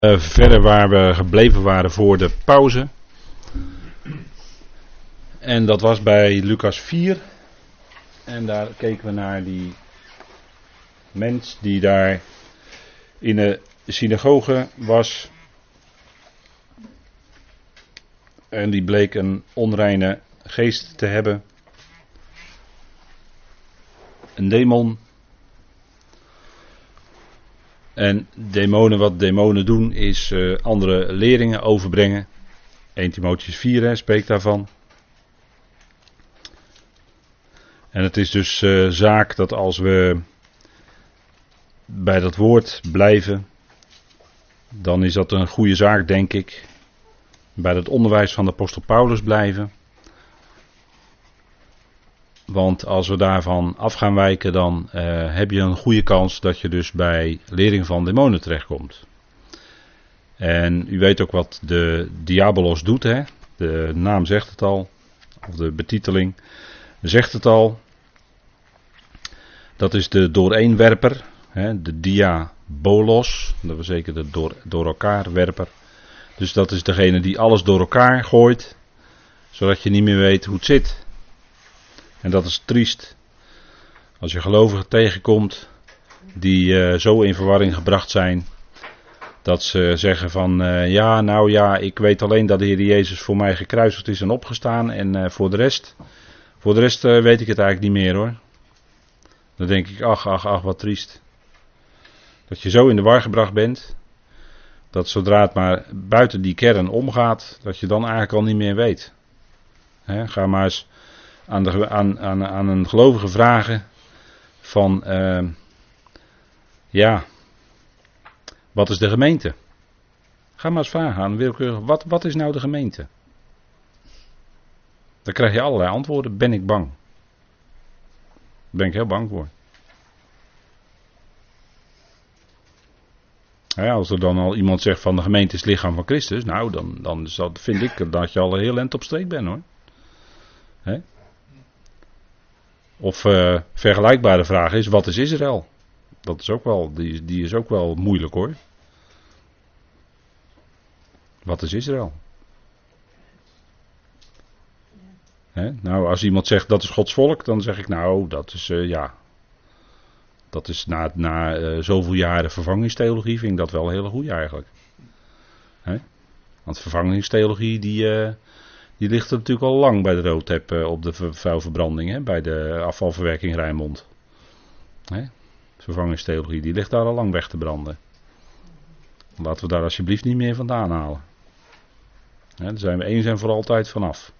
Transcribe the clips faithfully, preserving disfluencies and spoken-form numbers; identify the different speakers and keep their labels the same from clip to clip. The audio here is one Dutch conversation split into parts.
Speaker 1: Uh, verder waar we gebleven waren voor de pauze. En dat was bij Lucas vier. En daar keken we naar die mens die daar in de synagoge was. En die bleek een onreine geest te hebben. Een demon. En demonen, wat demonen doen, is uh, andere leringen overbrengen. Eerste Timotheüs vier hè, spreekt daarvan. En het is dus uh, zaak dat als we bij dat woord blijven, dan is dat een goede zaak, denk ik. Bij het onderwijs van de apostel Paulus blijven. Want als we daarvan af gaan wijken, dan uh, heb je een goede kans dat je dus bij lering van demonen terechtkomt. En u weet ook wat de diabolos doet, hè? De naam zegt het al, of de betiteling zegt het al. Dat is de dooreenwerper, hè? De diabolos, dat wil zeker de door, door elkaar werper. Dus dat is degene die alles door elkaar gooit, zodat je niet meer weet hoe het zit. En dat is triest. Als je gelovigen tegenkomt die uh, zo in verwarring gebracht zijn, dat ze zeggen van uh, ja, nou ja, ik weet alleen dat de Heer Jezus voor mij gekruisigd is en opgestaan en uh, voor de rest, voor de rest uh, weet ik het eigenlijk niet meer hoor. Dan denk ik, ach, ach, ach, wat triest. Dat je zo in de war gebracht bent, dat zodra het maar buiten die kern omgaat, dat je dan eigenlijk al niet meer weet. He, ga maar eens aan, de, aan, aan, aan een gelovige vragen van, uh, ja, wat is de gemeente? Ga maar eens vragen aan willekeurig, wat, wat is nou de gemeente? Dan krijg je allerlei antwoorden, ben ik bang. Daar ben ik heel bang voor. Ja, als er dan al iemand zegt van de gemeente is het lichaam van Christus, nou dan, dan vind ik dat je al heel eind op streek bent hoor. He? Of uh, vergelijkbare vraag is, wat is Israël? Dat is ook wel, die, die is ook wel moeilijk hoor. Wat is Israël? He? Nou, als iemand zegt dat is Gods volk, dan zeg ik nou, dat is uh, ja. Dat is na, na uh, zoveel jaren vervangingstheologie vind ik dat wel een hele goeie eigenlijk. He? Want vervangingstheologie die, uh, die ligt er natuurlijk al lang bij de Roodheb uh, op de vuilverbranding, hè, bij de afvalverwerking Rijnmond. He? Vervangingstheologie die ligt daar al lang weg te branden. Laten we daar alsjeblieft niet meer vandaan halen. He? Daar zijn we eens en voor altijd vanaf.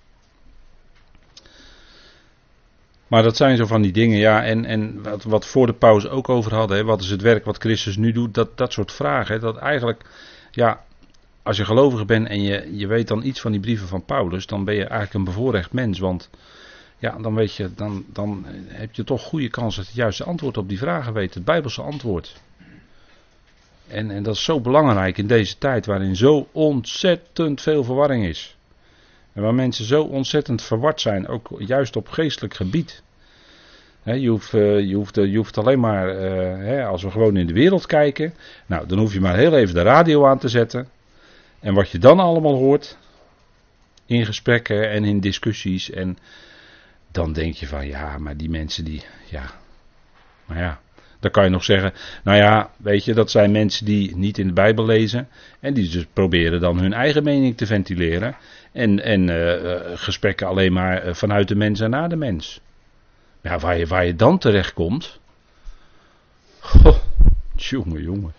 Speaker 1: Maar dat zijn zo van die dingen, ja, en, en wat, wat voor de pauze ook over hadden, hè, wat is het werk wat Christus nu doet, dat, dat soort vragen, hè, dat eigenlijk, ja, als je gelovige bent en je, je weet dan iets van die brieven van Paulus, dan ben je eigenlijk een bevoorrecht mens, want ja, dan weet je, dan, dan heb je toch goede kans dat je het juiste antwoord op die vragen weet, het Bijbelse antwoord. En, en dat is zo belangrijk in deze tijd waarin zo ontzettend veel verwarring is. En waar mensen zo ontzettend verward zijn, ook juist op geestelijk gebied. He, je, hoeft, uh, je, hoeft, uh, je hoeft alleen maar, uh, he, als we gewoon in de wereld kijken, nou dan hoef je maar heel even de radio aan te zetten. En wat je dan allemaal hoort, in gesprekken en in discussies, en dan denk je van ja, maar die mensen die, ja, maar ja. Dan kan je nog zeggen, nou ja, weet je, dat zijn mensen die niet in de Bijbel lezen. En die dus proberen dan hun eigen mening te ventileren. En, en uh, gesprekken alleen maar vanuit de mens en naar de mens. Ja, waar je, waar je dan terecht komt. Goh, jongen, jongen.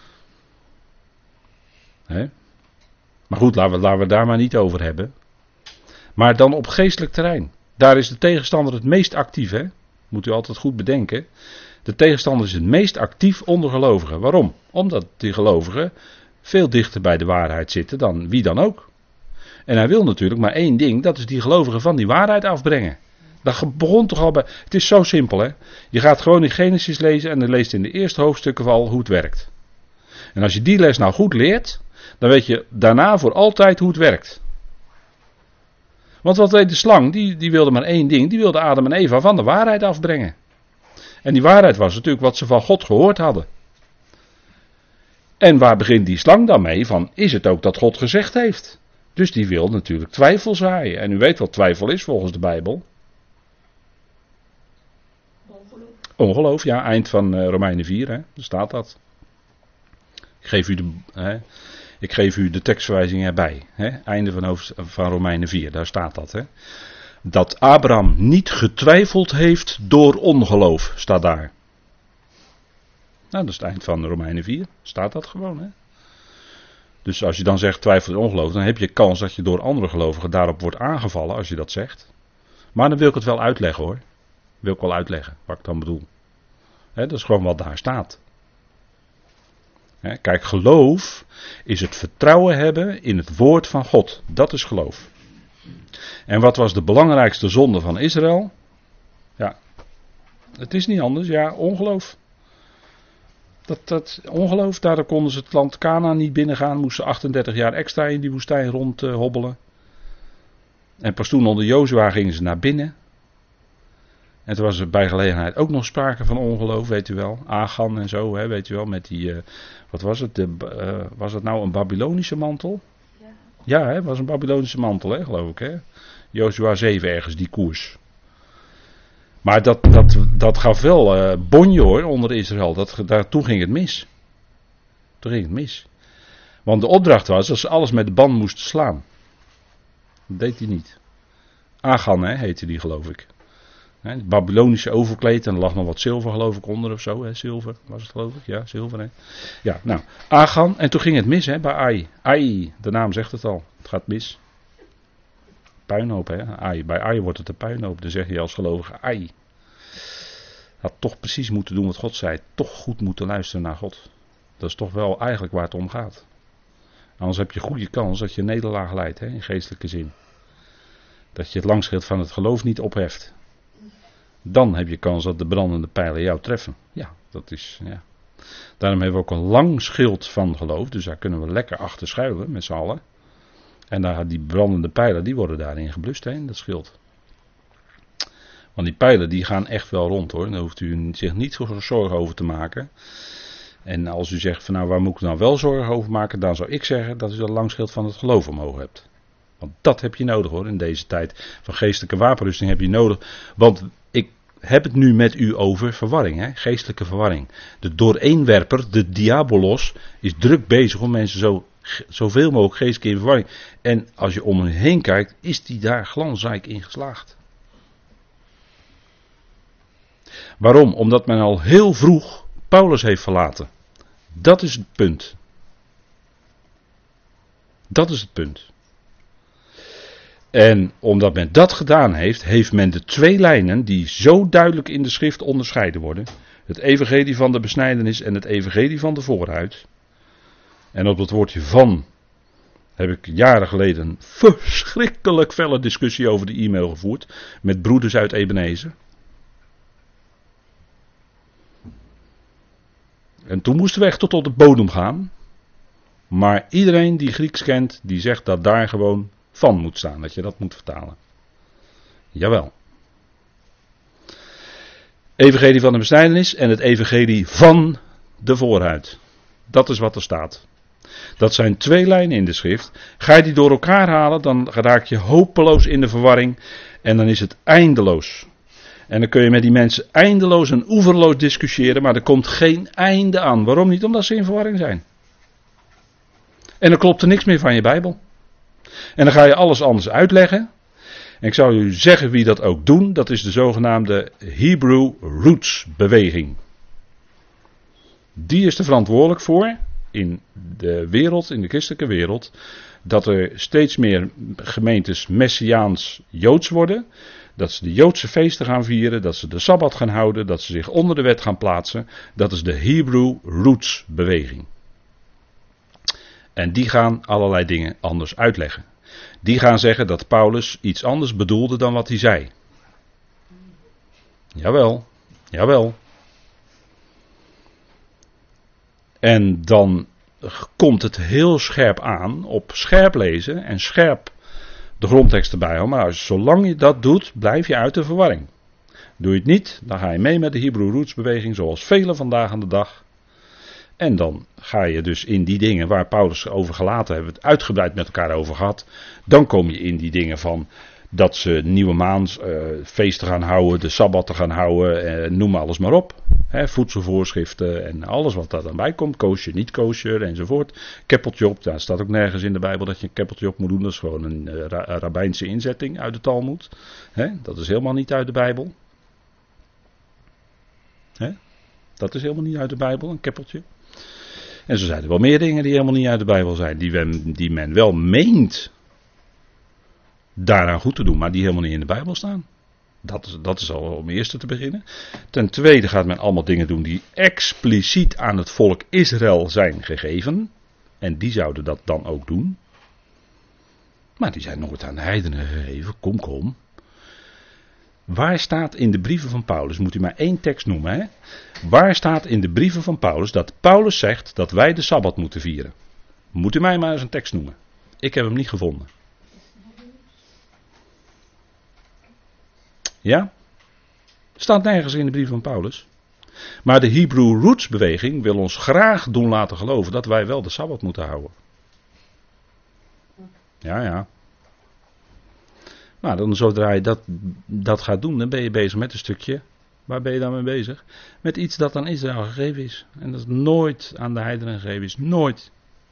Speaker 1: Hè? Maar goed, laten we, laten we daar maar niet over hebben. Maar dan op geestelijk terrein. Daar is de tegenstander het meest actief, hè? Moet u altijd goed bedenken. De tegenstander is het meest actief onder gelovigen. Waarom? Omdat die gelovigen veel dichter bij de waarheid zitten dan wie dan ook. En hij wil natuurlijk maar één ding, dat is die gelovigen van die waarheid afbrengen. Dat begon toch al bij, het is zo simpel hè. Je gaat gewoon in Genesis lezen en dan leest in de eerste hoofdstukken al hoe het werkt. En als je die les nou goed leert, dan weet je daarna voor altijd hoe het werkt. Want wat deed de slang? Die, die wilde maar één ding, die wilde Adam en Eva van de waarheid afbrengen. En die waarheid was natuurlijk wat ze van God gehoord hadden. En waar begint die slang dan mee? Van, is het ook dat God gezegd heeft? Dus die wil natuurlijk twijfel zaaien. En u weet wat twijfel is volgens de Bijbel.
Speaker 2: Ongeloof.
Speaker 1: Ongeloof, ja, eind van uh, Romeinen vier, hè, daar staat dat. Ik geef u de, hè, ik geef u de tekstverwijzing erbij. Hè, einde van, hoofd, van Romeinen vier, daar staat dat. Hè. Dat Abraham niet getwijfeld heeft door ongeloof, staat daar. Nou, dat is het eind van Romeinen vier, staat dat gewoon. Hè. Dus als je dan zegt twijfel door ongeloof, dan heb je kans dat je door andere gelovigen daarop wordt aangevallen als je dat zegt. Maar dan wil ik het wel uitleggen hoor. Wil ik wel uitleggen wat ik dan bedoel. He, dat is gewoon wat daar staat. He, kijk, geloof is het vertrouwen hebben in het woord van God. Dat is geloof. En wat was de belangrijkste zonde van Israël? Ja, het is niet anders. Ja, ongeloof. Dat, dat ongeloof, daardoor konden ze het land Kana niet binnengaan. Moesten achtendertig jaar extra in die woestijn rond uh, hobbelen. En pas toen onder Jozua gingen ze naar binnen. En toen was er bij gelegenheid ook nog sprake van ongeloof, weet u wel. Achan en zo, hè, weet u wel, met die, uh, wat was het, de, uh, was het nou een Babylonische mantel? Ja, ja het was een Babylonische mantel, hè, geloof ik, hè. Jozua zeven ergens, die koers. Maar dat, dat, dat gaf wel uh, bonje hoor, onder Israël, dat, daar, toen ging het mis. Toen ging het mis. Want de opdracht was dat ze alles met de band moesten slaan. Dat deed hij niet. Achan, hè, heette die geloof ik. Het Babylonische overkleed en er lag nog wat zilver geloof ik onder of zo. Hè? Zilver was het geloof ik. Ja, zilver. Hè? Ja, nou, Achan. En toen ging het mis hè, bij Ai. Ai, de naam zegt het al. Het gaat mis. Puinhoop hè. Ai. Bij Ai wordt het een puinhoop. Dan zeg je als gelovige Ai. Had toch precies moeten doen wat God zei. Toch goed moeten luisteren naar God. Dat is toch wel eigenlijk waar het om gaat. Anders heb je goede kans dat je nederlaag leidt hè, in geestelijke zin. Dat je het langschild van het geloof niet opheft. Dan heb je kans dat de brandende pijlen jou treffen. Ja, dat is, ja. Daarom hebben we ook een lang schild van geloof. Dus daar kunnen we lekker achter schuilen met z'n allen. En daar, die brandende pijlen, die worden daarin geblust, hè, in dat schild. Want die pijlen, die gaan echt wel rond, hoor. Daar hoeft u zich niet zo zorgen over te maken. En als u zegt, van nou, waar moet ik nou wel zorgen over maken? Dan zou ik zeggen dat u dat lang schild van het geloof omhoog hebt. Want dat heb je nodig, hoor, in deze tijd van geestelijke wapenrusting heb je nodig. Want ik heb het nu met u over verwarring, hè? Geestelijke verwarring. De dooreenwerper, de diabolos, is druk bezig om mensen zo, zoveel mogelijk geestelijk in verwarring. En als je om hen heen kijkt, is die daar glansrijk in geslaagd. Waarom? Omdat men al heel vroeg Paulus heeft verlaten. Dat is het punt. Dat is het punt. En omdat men dat gedaan heeft, heeft men de twee lijnen die zo duidelijk in de schrift onderscheiden worden. Het evangelie van de besnijdenis en het evangelie van de vooruit. En op dat woordje van heb ik jaren geleden een verschrikkelijk felle discussie over de e-mail gevoerd. Met broeders uit Ebenezer. En toen moesten we echt tot op de bodem gaan. Maar iedereen die Grieks kent, die zegt dat daar gewoon van moet staan. Dat je dat moet vertalen. Jawel. Evangelie van de besnijdenis en het evangelie van de voorhuid. Dat is wat er staat. Dat zijn twee lijnen in de schrift. Ga je die door elkaar halen, dan raak je hopeloos in de verwarring. En dan is het eindeloos. En dan kun je met die mensen eindeloos en oeverloos discussiëren, maar er komt geen einde aan. Waarom niet? Omdat ze in verwarring zijn. En dan klopt er niks meer van je Bijbel. En dan ga je alles anders uitleggen. En ik zou u zeggen wie dat ook doen. Dat is de zogenaamde Hebrew Roots beweging. Die is er verantwoordelijk voor, in de wereld, in de christelijke wereld, dat er steeds meer gemeentes messiaans joods worden. Dat ze de Joodse feesten gaan vieren, dat ze de Sabbat gaan houden, dat ze zich onder de wet gaan plaatsen. Dat is de Hebrew Roots beweging. En die gaan allerlei dingen anders uitleggen. Die gaan zeggen dat Paulus iets anders bedoelde dan wat hij zei. Jawel, jawel. En dan komt het heel scherp aan op scherp lezen en scherp de grondtekst erbij houden. Maar als, zolang je dat doet, blijf je uit de verwarring. Doe je het niet, dan ga je mee met de Hebrew Roots beweging zoals velen vandaag aan de dag. En dan ga je dus in die dingen waar Paulus over gelaten hebben, het uitgebreid met elkaar over gehad. Dan kom je in die dingen van dat ze nieuwe maand uh, feesten gaan houden, de sabbatten gaan houden, uh, noem alles maar op. He, voedselvoorschriften en alles wat daar dan bij komt, koosje, niet koosje enzovoort. Keppeltje op, daar staat ook nergens in de Bijbel dat je een keppeltje op moet doen. Dat is gewoon een uh, ra- rabbijnse inzetting uit de Talmud. He, dat is helemaal niet uit de Bijbel. He, dat is helemaal niet uit de Bijbel, een keppeltje. En zo zijn er wel meer dingen die helemaal niet uit de Bijbel zijn, die, we, die men wel meent daaraan goed te doen, maar die helemaal niet in de Bijbel staan. Dat is, dat is al om eerste te beginnen. Ten tweede gaat men allemaal dingen doen die expliciet aan het volk Israël zijn gegeven. En die zouden dat dan ook doen. Maar die zijn nooit aan de heidenen gegeven. Kom, kom. Waar staat in de brieven van Paulus, moet u maar één tekst noemen, hè? Waar staat in de brieven van Paulus dat Paulus zegt dat wij de Sabbat moeten vieren? Moet u mij maar eens een tekst noemen. Ik heb hem niet gevonden. Ja? Staat nergens in de brief van Paulus. Maar de Hebrew Roots beweging wil ons graag doen laten geloven dat wij wel de Sabbat moeten houden. Ja, ja. Nou, dan zodra je dat, dat gaat doen, dan ben je bezig met een stukje. Waar ben je dan mee bezig? Met iets dat aan Israël gegeven is. En dat nooit aan de heidenen gegeven is. Nooit.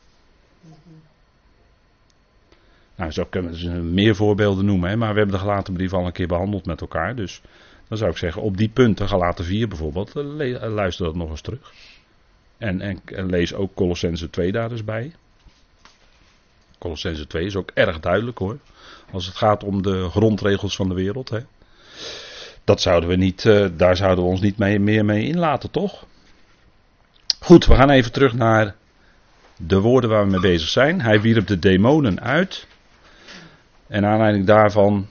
Speaker 1: Nou, zo kunnen we dus meer voorbeelden noemen. Hè? Maar we hebben de gelaten brief al een keer behandeld met elkaar. Dus dan zou ik zeggen, op die punten, gelaten vier bijvoorbeeld, le- luister dat nog eens terug. En, en, en lees ook Colossense twee daar dus bij. Colossense twee is ook erg duidelijk hoor. Als het gaat om de grondregels van de wereld. Hè. Dat zouden we niet, uh, daar zouden we ons niet mee, meer mee inlaten, toch? Goed, we gaan even terug naar de woorden waar we mee bezig zijn. Hij wierp de demonen uit. En aanleiding daarvan,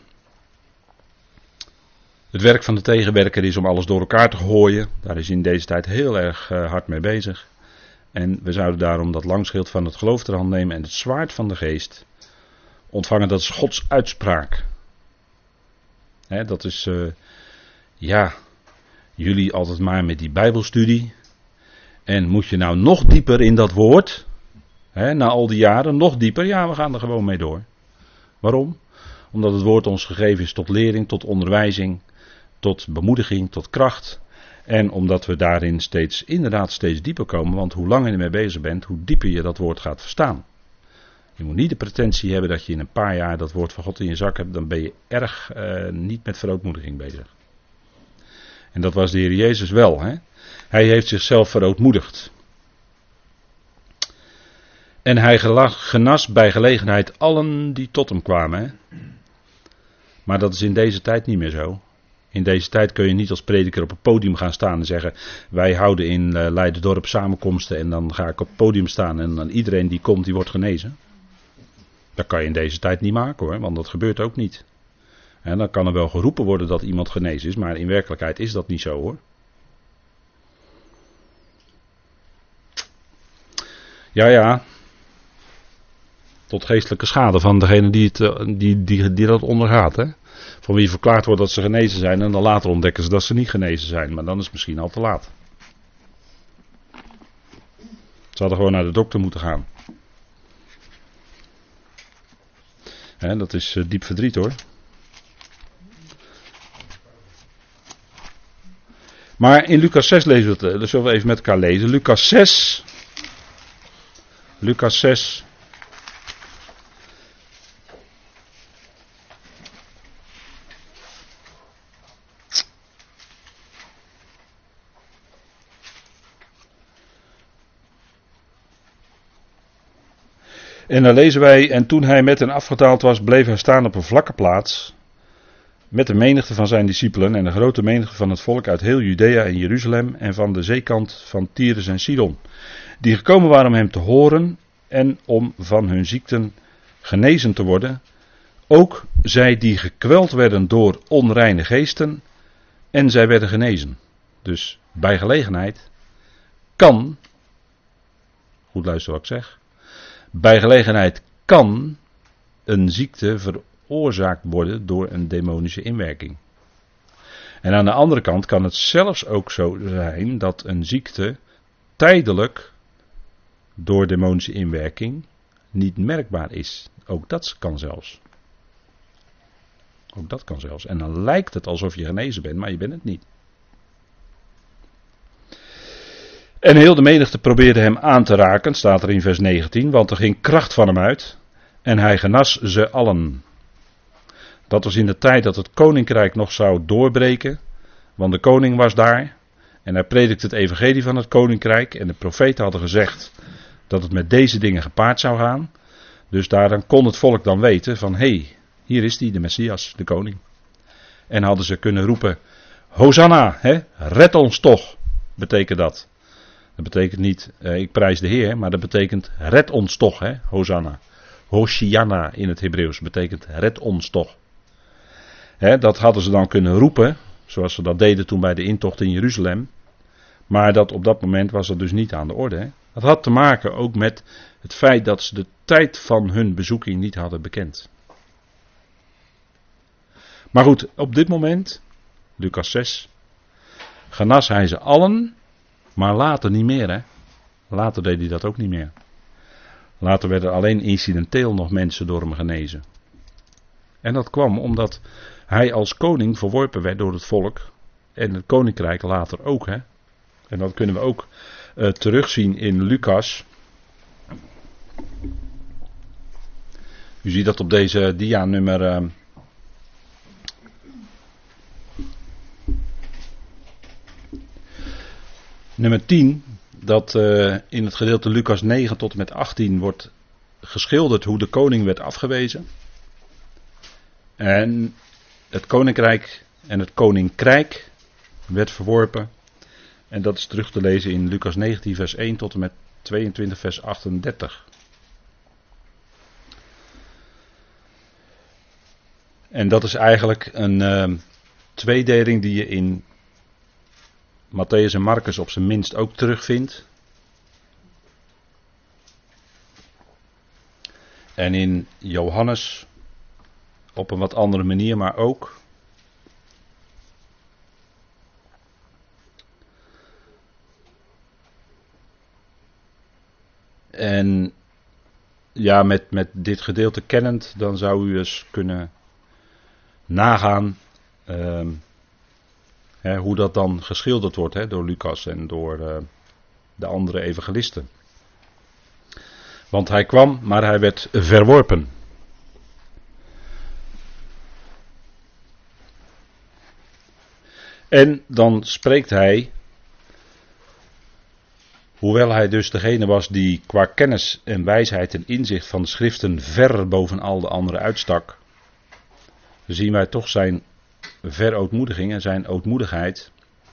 Speaker 1: het werk van de tegenwerker is om alles door elkaar te gooien. Daar is hij in deze tijd heel erg uh, hard mee bezig. En we zouden daarom dat langschild van het geloof ter hand nemen en het zwaard van de geest ontvangen. Dat is Gods uitspraak. Hè, dat is, uh, ja, jullie altijd maar met die bijbelstudie. En moet je nou nog dieper in dat woord, hè, na al die jaren, nog dieper? Ja, we gaan er gewoon mee door. Waarom? Omdat het woord ons gegeven is tot lering, tot onderwijzing, tot bemoediging, tot kracht. En omdat we daarin steeds, inderdaad steeds dieper komen, want hoe langer je ermee bezig bent, hoe dieper je dat woord gaat verstaan. Je moet niet de pretentie hebben dat je in een paar jaar dat woord van God in je zak hebt, dan ben je erg uh, niet met verootmoediging bezig. En dat was de Heer Jezus wel. Hè? Hij heeft zichzelf verootmoedigd. En hij genas bij gelegenheid allen die tot hem kwamen. Hè? Maar dat is in deze tijd niet meer zo. In deze tijd kun je niet als prediker op het podium gaan staan en zeggen, wij houden in uh, Leiderdorp samenkomsten en dan ga ik op het podium staan en dan iedereen die komt die wordt genezen. Dat kan je in deze tijd niet maken hoor, want dat gebeurt ook niet. En dan kan er wel geroepen worden dat iemand genezen is, maar in werkelijkheid is dat niet zo hoor. Ja, ja. Tot geestelijke schade van degene die, het, die, die, die dat ondergaat. Hè? Van wie verklaard wordt dat ze genezen zijn en dan later ontdekken ze dat ze niet genezen zijn. Maar dan is het misschien al te laat. Ze hadden gewoon naar de dokter moeten gaan. Hè, dat is uh, diep verdriet hoor. Maar in Lucas zes lezen we het. Dat zullen we even met elkaar lezen. Lucas zes. Lucas zes. En dan lezen wij, en toen hij met hen afgetaald was, bleef hij staan op een vlakke plaats, met de menigte van zijn discipelen en de grote menigte van het volk uit heel Judea en Jeruzalem en van de zeekant van Tyrus en Sidon, die gekomen waren om hem te horen en om van hun ziekten genezen te worden, ook zij die gekweld werden door onreine geesten, en zij werden genezen. Dus bij gelegenheid kan, goed luisteren wat ik zeg, bij gelegenheid kan een ziekte veroorzaakt worden door een demonische inwerking. En aan de andere kant kan het zelfs ook zo zijn dat een ziekte tijdelijk door demonische inwerking niet merkbaar is. Ook dat kan zelfs. Ook dat kan zelfs. En dan lijkt het alsof je genezen bent, maar je bent het niet. En heel de menigte probeerde hem aan te raken, staat er in vers negentien, want er ging kracht van hem uit en hij genas ze allen. Dat was in de tijd dat het koninkrijk nog zou doorbreken, want de koning was daar en hij predikte het evangelie van het koninkrijk en de profeten hadden gezegd dat het met deze dingen gepaard zou gaan. Dus daar dan kon het volk dan weten van, hé, hey, hier is die, de Messias, de koning. En hadden ze kunnen roepen, Hosanna, hè, red ons toch, betekent dat. Dat betekent niet, eh, ik prijs de Heer, maar dat betekent, red ons toch, hè, Hosanna. Hoshiana in het Hebreeuws betekent, red ons toch. Hè, dat hadden ze dan kunnen roepen, zoals ze dat deden toen bij de intocht in Jeruzalem. Maar dat op dat moment was dat dus niet aan de orde. Hè. Dat had te maken ook met het feit dat ze de tijd van hun bezoeking niet hadden bekend. Maar goed, op dit moment, Lucas zes, genas hij ze allen, maar later niet meer. Hè? Later deed hij dat ook niet meer. Later werden alleen incidenteel nog mensen door hem genezen. En dat kwam omdat hij als koning verworpen werd door het volk en het koninkrijk later ook. Hè? En dat kunnen we ook uh, terugzien in Lucas. U ziet dat op deze dia nummer uh, nummer tien, dat uh, in het gedeelte Lucas negen tot en met achttien wordt geschilderd hoe de koning werd afgewezen. En het koninkrijk en het koninkrijk werd verworpen. En dat is terug te lezen in Lucas negentien vers één tot en met tweeëntwintig vers achtendertig. En dat is eigenlijk een uh, tweedeling die je in Matthäus en Marcus op zijn minst ook terugvindt. En in Johannes op een wat andere manier, maar ook. En ja, met, met dit gedeelte kennend, dan zou u eens kunnen nagaan uh, hè, hoe dat dan geschilderd wordt hè, door Lucas en door uh, de andere evangelisten. Want hij kwam, maar hij werd verworpen. En dan spreekt hij, hoewel hij dus degene was die qua kennis en wijsheid en inzicht van de schriften ver boven al de anderen uitstak, zien wij toch zijn verootmoediging en zijn ootmoedigheid.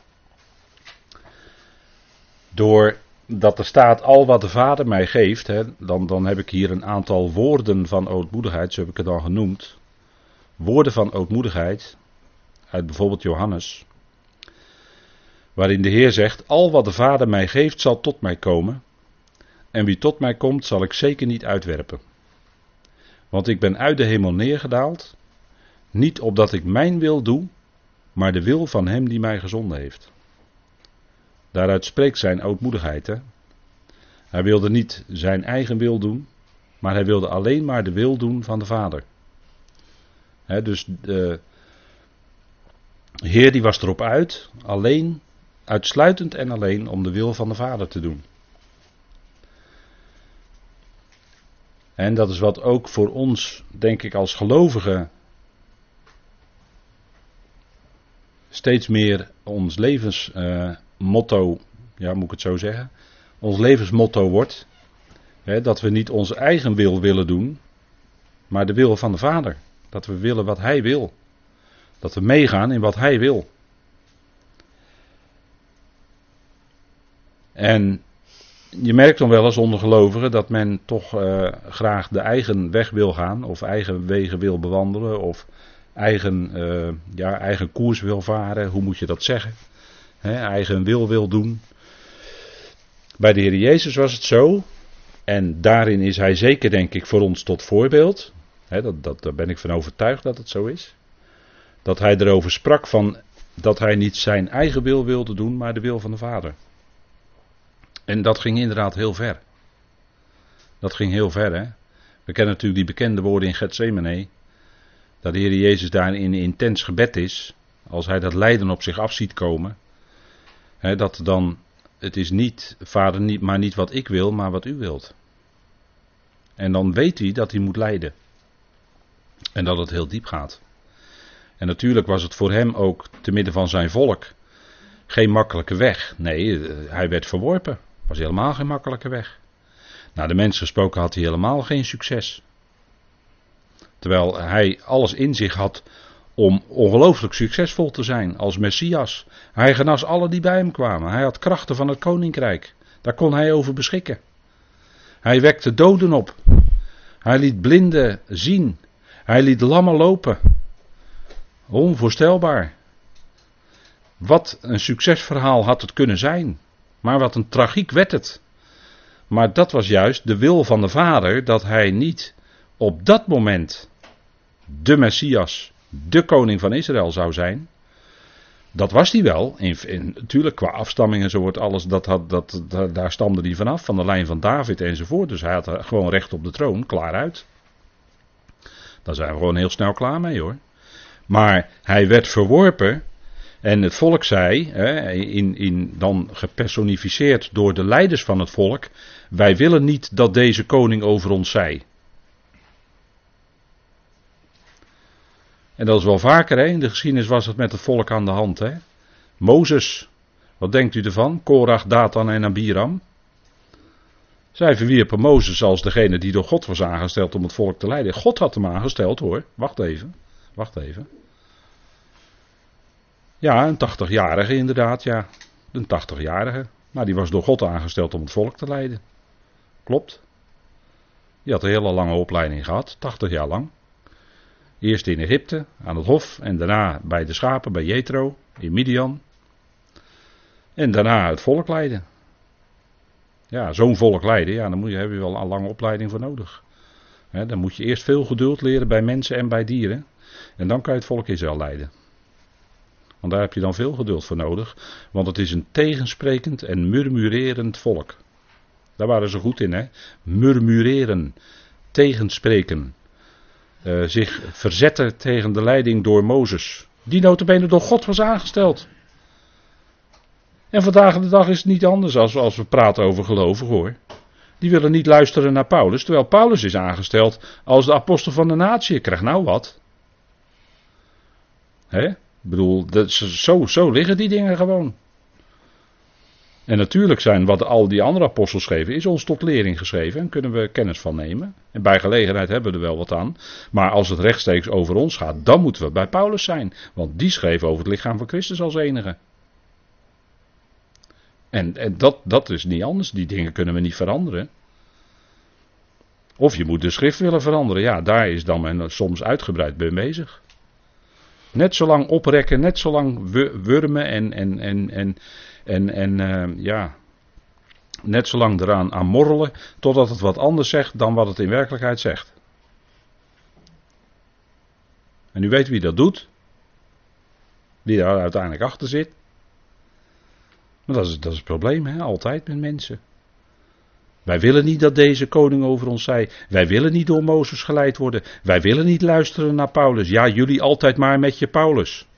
Speaker 1: Doordat er staat, al wat de Vader mij geeft, hè, dan, dan heb ik hier een aantal woorden van ootmoedigheid, zo heb ik het al genoemd. Woorden van ootmoedigheid, uit bijvoorbeeld Johannes, waarin de Heer zegt, al wat de Vader mij geeft zal tot mij komen, en wie tot mij komt zal ik zeker niet uitwerpen. Want ik ben uit de hemel neergedaald, niet opdat ik mijn wil doe, maar de wil van hem die mij gezonden heeft. Daaruit spreekt zijn ootmoedigheid. Hè? Hij wilde niet zijn eigen wil doen, maar hij wilde alleen maar de wil doen van de Vader. Hè, dus de Heer die was erop uit, alleen, uitsluitend en alleen om de wil van de Vader te doen. En dat is wat ook voor ons, denk ik, als gelovigen steeds meer ons levensmotto, uh, ja, moet ik het zo zeggen, ons levensmotto wordt, hè, dat we niet onze eigen wil willen doen, maar de wil van de Vader. Dat we willen wat Hij wil. Dat we meegaan in wat Hij wil. En je merkt dan wel als ondergelovigen dat men toch uh, graag de eigen weg wil gaan, of eigen wegen wil bewandelen, of eigen, uh, ja, eigen koers wil varen, hoe moet je dat zeggen? He, eigen wil wil doen. Bij de Heer Jezus was het zo, en daarin is Hij zeker, denk ik, voor ons tot voorbeeld. He, dat, dat, daar ben ik van overtuigd dat het zo is. Dat Hij erover sprak van dat Hij niet zijn eigen wil wilde doen, maar de wil van de Vader. En dat ging inderdaad heel ver. Dat ging heel ver, hè. We kennen natuurlijk die bekende woorden in Getsemane. Dat de Heer Jezus daar in intens gebed is. Als hij dat lijden op zich af ziet komen. Hè, dat dan, het is niet, Vader, niet, maar niet wat ik wil, maar wat u wilt. En dan weet hij dat hij moet lijden. En dat het heel diep gaat. En natuurlijk was het voor hem ook, te midden van zijn volk, geen makkelijke weg. Nee, hij werd verworpen. Was helemaal geen makkelijke weg. Naar de mens gesproken had hij helemaal geen succes. Terwijl hij alles in zich had om ongelooflijk succesvol te zijn als Messias. Hij genas alle die bij hem kwamen. Hij had krachten van het koninkrijk. Daar kon hij over beschikken. Hij wekte doden op. Hij liet blinden zien. Hij liet lammen lopen. Onvoorstelbaar. Wat een succesverhaal had het kunnen zijn. Maar wat een tragiek werd het. Maar dat was juist de wil van de Vader, dat hij niet op dat moment de Messias, de koning van Israël zou zijn. Dat was hij wel. In, in, natuurlijk qua afstammingen, zo wordt alles, dat had, dat, dat, daar stamde hij vanaf, van de lijn van David enzovoort. Dus hij had gewoon recht op de troon, klaar uit. Daar zijn we gewoon heel snel klaar mee, hoor. Maar hij werd verworpen. En het volk zei, in, in, dan gepersonificeerd door de leiders van het volk, wij willen niet dat deze koning over ons zij. En dat is wel vaker, hè? In de geschiedenis was het met het volk aan de hand. Hè? Mozes, wat denkt u ervan? Korach, Datan en Abiram. Zij verwierpen Mozes als degene die door God was aangesteld om het volk te leiden. God had hem aangesteld, hoor. Wacht even, wacht even. Ja, een tachtigjarige inderdaad, ja. Een tachtigjarige. Maar die was door God aangesteld om het volk te leiden. Klopt. Die had een hele lange opleiding gehad, tachtig jaar lang. Eerst in Egypte, aan het hof. En daarna bij de schapen, bij Jethro, in Midian. En daarna het volk leiden. Ja, zo'n volk leiden, ja, dan moet je, heb je wel een lange opleiding voor nodig. He, dan moet je eerst veel geduld leren bij mensen en bij dieren. En dan kan je het volk Israël leiden. Want daar heb je dan veel geduld voor nodig. Want het is een tegensprekend en murmurerend volk. Daar waren ze goed in, hè. Murmureren. Tegenspreken. Uh, zich verzetten tegen de leiding door Mozes. Die nota bene door God was aangesteld. En vandaag de dag is het niet anders als, als we praten over gelovigen, hoor. Die willen niet luisteren naar Paulus. Terwijl Paulus is aangesteld als de apostel van de natie. Ik krijg nou wat. Hè? Ik bedoel, dat, zo, zo liggen die dingen gewoon. En natuurlijk zijn wat al die andere apostels schreven, is ons tot lering geschreven en kunnen we kennis van nemen. En bij gelegenheid hebben we er wel wat aan. Maar als het rechtstreeks over ons gaat, dan moeten we bij Paulus zijn. Want die schreef over het lichaam van Christus als enige. En, en dat, dat is niet anders, die dingen kunnen we niet veranderen. Of je moet de schrift willen veranderen, ja, daar is dan men soms uitgebreid bij bezig. Net zo lang oprekken, net zo lang wurmen en, en, en, en, en, en uh, ja, net zo lang eraan aan morrelen, totdat het wat anders zegt dan wat het in werkelijkheid zegt. En u weet wie dat doet, wie daar uiteindelijk achter zit. Maar dat is, dat is het probleem, hè, altijd met mensen. Wij willen niet dat deze koning over ons zij. Wij willen niet door Mozes geleid worden. Wij willen niet luisteren naar Paulus. Ja, jullie altijd maar met je Paulus.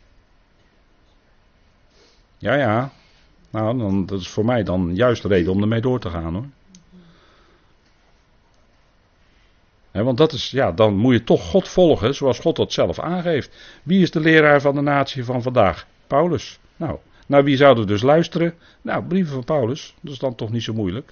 Speaker 1: Ja, ja. Nou, dan, dat is voor mij dan juist de reden om ermee door te gaan, hoor. He, want dat is, ja, dan moet je toch God volgen zoals God dat zelf aangeeft. Wie is de leraar van de natie van vandaag? Paulus. Nou, naar wie zouden we dus luisteren? Nou, brieven van Paulus. Dat is dan toch niet zo moeilijk.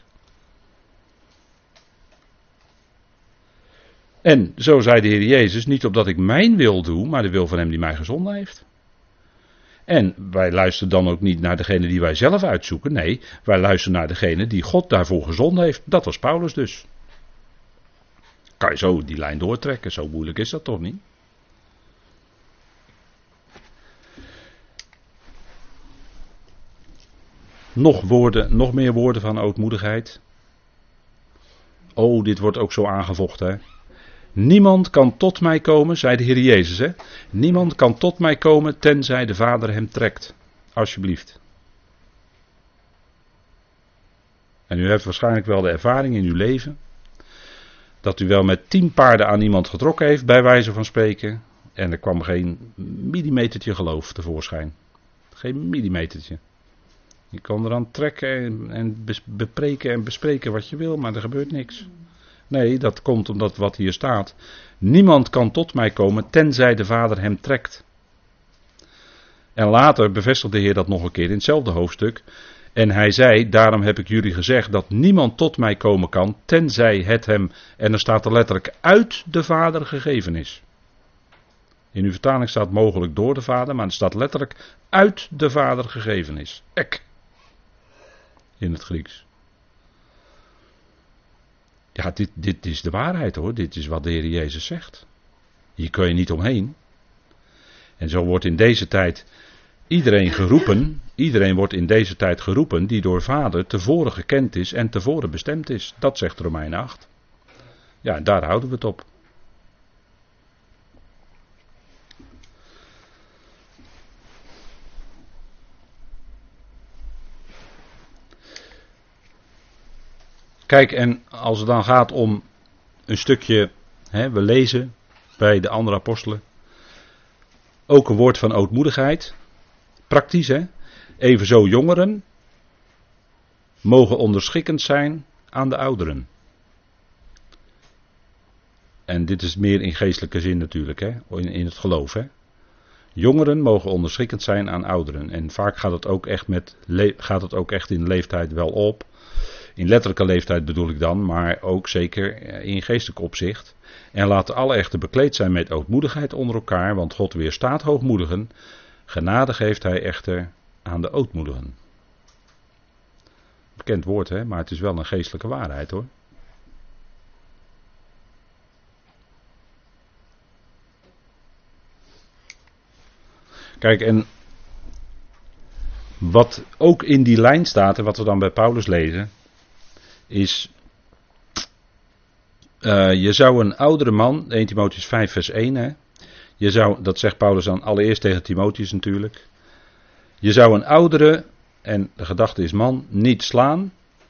Speaker 1: En zo zei de Heer Jezus, niet opdat ik mijn wil doe, maar de wil van hem die mij gezonden heeft. En wij luisteren dan ook niet naar degene die wij zelf uitzoeken. Nee, wij luisteren naar degene die God daarvoor gezonden heeft. Dat was Paulus dus. Kan je zo die lijn doortrekken, zo moeilijk is dat toch niet? Nog woorden, nog meer woorden van ootmoedigheid. Oh, dit wordt ook zo aangevochten, hè. Niemand kan tot mij komen, zei de Heer Jezus, hè. Niemand kan tot mij komen tenzij de Vader hem trekt. Alsjeblieft. En u heeft waarschijnlijk wel de ervaring in uw leven Dat u wel met tien paarden aan iemand getrokken heeft, bij wijze van spreken. En er kwam geen millimetertje geloof tevoorschijn. Geen millimetertje. Je kan eraan trekken en, en bepreken en bespreken wat je wil, maar er gebeurt niks. Nee, dat komt omdat wat hier staat. Niemand kan tot mij komen, tenzij de Vader hem trekt. En later bevestigt de Heer dat nog een keer in hetzelfde hoofdstuk. En hij zei, daarom heb ik jullie gezegd dat niemand tot mij komen kan, tenzij het hem, en er staat er letterlijk, uit de Vader gegeven is. In uw vertaling staat mogelijk door de Vader, maar er staat letterlijk uit de Vader gegeven is. Ek. In het Grieks. Ja, dit, dit is de waarheid hoor. Dit is wat de Heer Jezus zegt. Hier kun je niet omheen. En zo wordt in deze tijd iedereen geroepen. Iedereen wordt in deze tijd geroepen die door Vader tevoren gekend is en tevoren bestemd is. Dat zegt Romeinen acht. Ja, daar houden we het op. Kijk, en als het dan gaat om een stukje, hè, we lezen bij de andere apostelen, ook een woord van ootmoedigheid, praktisch hè, evenzo jongeren mogen onderschikkend zijn aan de ouderen. En dit is meer in geestelijke zin natuurlijk, hè, in, in het geloof. Hè. Jongeren mogen onderschikkend zijn aan ouderen. En vaak gaat het ook echt, met, gaat het ook echt in de leeftijd wel op. In letterlijke leeftijd bedoel ik dan, maar ook zeker in geestelijk opzicht. En laten alle echter bekleed zijn met ootmoedigheid onder elkaar, want God weerstaat hoogmoedigen. Genade geeft hij echter aan de ootmoedigen. Bekend woord hè, maar het is wel een geestelijke waarheid hoor. Kijk, en wat ook in die lijn staat en wat we dan bij Paulus lezen, is, uh, je zou een oudere man, Eerste Timotheüs vijf vers één, hè, je zou, dat zegt Paulus dan allereerst tegen Timotheus natuurlijk, je zou een oudere, en de gedachte is man, niet slaan.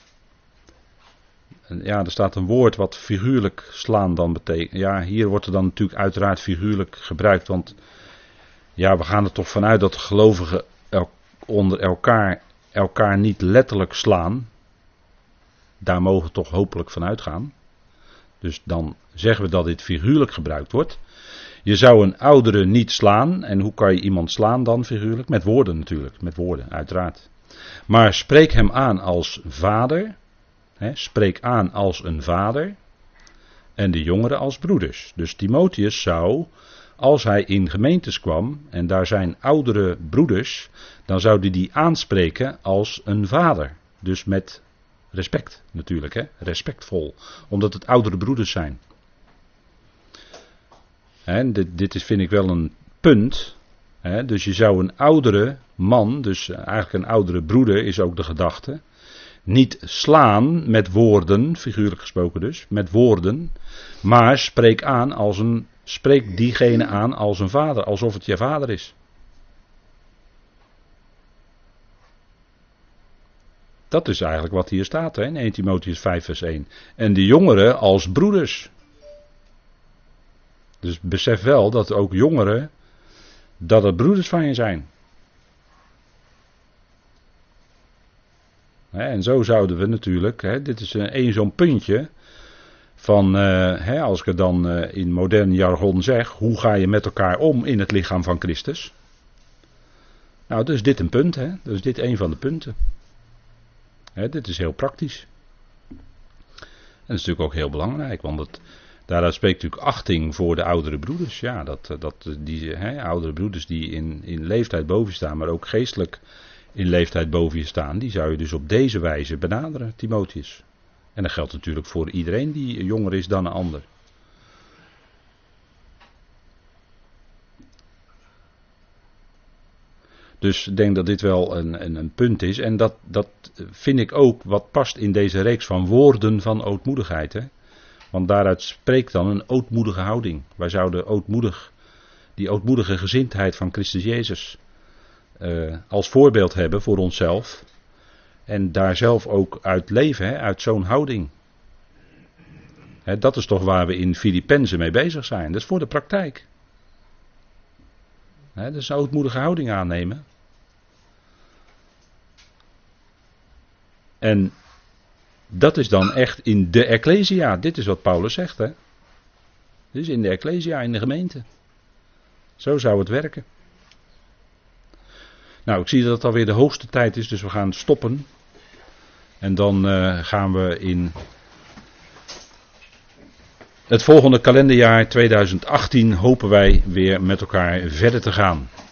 Speaker 1: En ja, er staat een woord wat figuurlijk slaan dan betekent. Ja, hier wordt er dan natuurlijk uiteraard figuurlijk gebruikt, want ja, we gaan er toch vanuit dat de gelovigen el- onder elkaar, elkaar niet letterlijk slaan. Daar mogen we toch hopelijk van uitgaan. Dus dan zeggen we dat dit figuurlijk gebruikt wordt. Je zou een oudere niet slaan. En hoe kan je iemand slaan dan figuurlijk? Met woorden natuurlijk. Met woorden, uiteraard. Maar spreek hem aan als vader. Hè, spreek aan als een vader. En de jongeren als broeders. Dus Timotheus zou, als hij in gemeentes kwam, en daar zijn oudere broeders, dan zou hij die aanspreken als een vader. Dus met respect natuurlijk, hè? Respectvol. Omdat het oudere broeders zijn. Hè, dit, dit is vind ik wel een punt. Hè? Dus je zou een oudere man, dus eigenlijk een oudere broeder is ook de gedachte, niet slaan met woorden, figuurlijk gesproken dus, met woorden, maar spreek aan als een, spreek diegene aan als een vader, alsof het je vader is. Dat is eigenlijk wat hier staat hè, in Eerste Timotheüs vijf vers één. En de jongeren als broeders. Dus besef wel dat ook jongeren, dat het broeders van je zijn. Hè, en zo zouden we natuurlijk, hè, dit is een zo'n puntje van, uh, hè, als ik het dan uh, in modern jargon zeg, hoe ga je met elkaar om in het lichaam van Christus? Nou, dus dit een punt, hè? Dus dit een van de punten. He, dit is heel praktisch. En dat is natuurlijk ook heel belangrijk, want het, daaruit spreekt natuurlijk achting voor de oudere broeders. Ja, dat, dat die he, oudere broeders die in, in leeftijd boven je staan, maar ook geestelijk in leeftijd boven je staan, die zou je dus op deze wijze benaderen, Timotheus. En dat geldt natuurlijk voor iedereen die jonger is dan een ander. Dus ik denk dat dit wel een, een, een punt is. En dat, dat vind ik ook wat past in deze reeks van woorden van ootmoedigheid. Hè? Want daaruit spreekt dan een ootmoedige houding. Wij zouden ootmoedig, die ootmoedige gezindheid van Christus Jezus uh, als voorbeeld hebben voor onszelf. En daar zelf ook uit leven, hè? Uit zo'n houding. He, dat is toch waar we in Filippenzen mee bezig zijn. Dat is voor de praktijk. He, dat is een ootmoedige houding aannemen. En dat is dan echt in de Ecclesia. Dit is wat Paulus zegt. Hè? Dit is in de Ecclesia, in de gemeente. Zo zou het werken. Nou, ik zie dat het alweer de hoogste tijd is, dus we gaan stoppen. En dan uh, gaan we in het volgende kalenderjaar tweeduizend achttien hopen wij weer met elkaar verder te gaan.